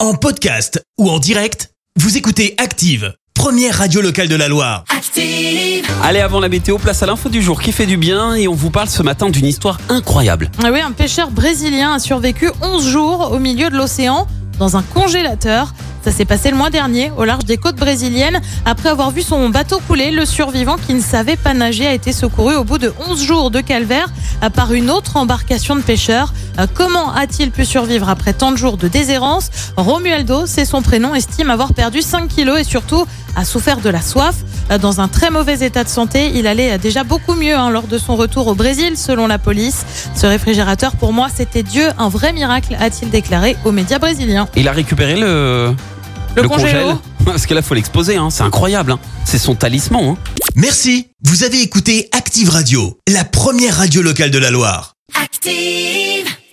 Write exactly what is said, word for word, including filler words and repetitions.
En podcast ou en direct, vous écoutez Active, première radio locale de la Loire. Active. Allez, avant la météo, place à l'info du jour qui fait du bien et on vous parle ce matin d'une histoire incroyable. Ah oui, un pêcheur brésilien a survécu onze jours au milieu de l'océan dans un congélateur. Ça s'est passé le mois dernier au large des côtes brésiliennes. Après avoir vu son bateau couler, le survivant qui ne savait pas nager a été secouru au bout de onze jours de calvaire par une autre embarcation de pêcheurs. Comment a-t-il pu survivre après tant de jours de déshérence ? Romualdo, c'est son prénom, estime avoir perdu cinq kilos et surtout a souffert de la soif. Dans un très mauvais état de santé, il allait déjà beaucoup mieux hein, lors de son retour au Brésil, selon la police. Ce réfrigérateur, pour moi, c'était Dieu, un vrai miracle, a-t-il déclaré aux médias brésiliens. Il a récupéré le... Le, le congélo. congèle. Parce que là, faut l'exposer, hein. C'est incroyable. Hein. C'est son talisman. Hein. Merci, vous avez écouté Active Radio, la première radio locale de la Loire. Active.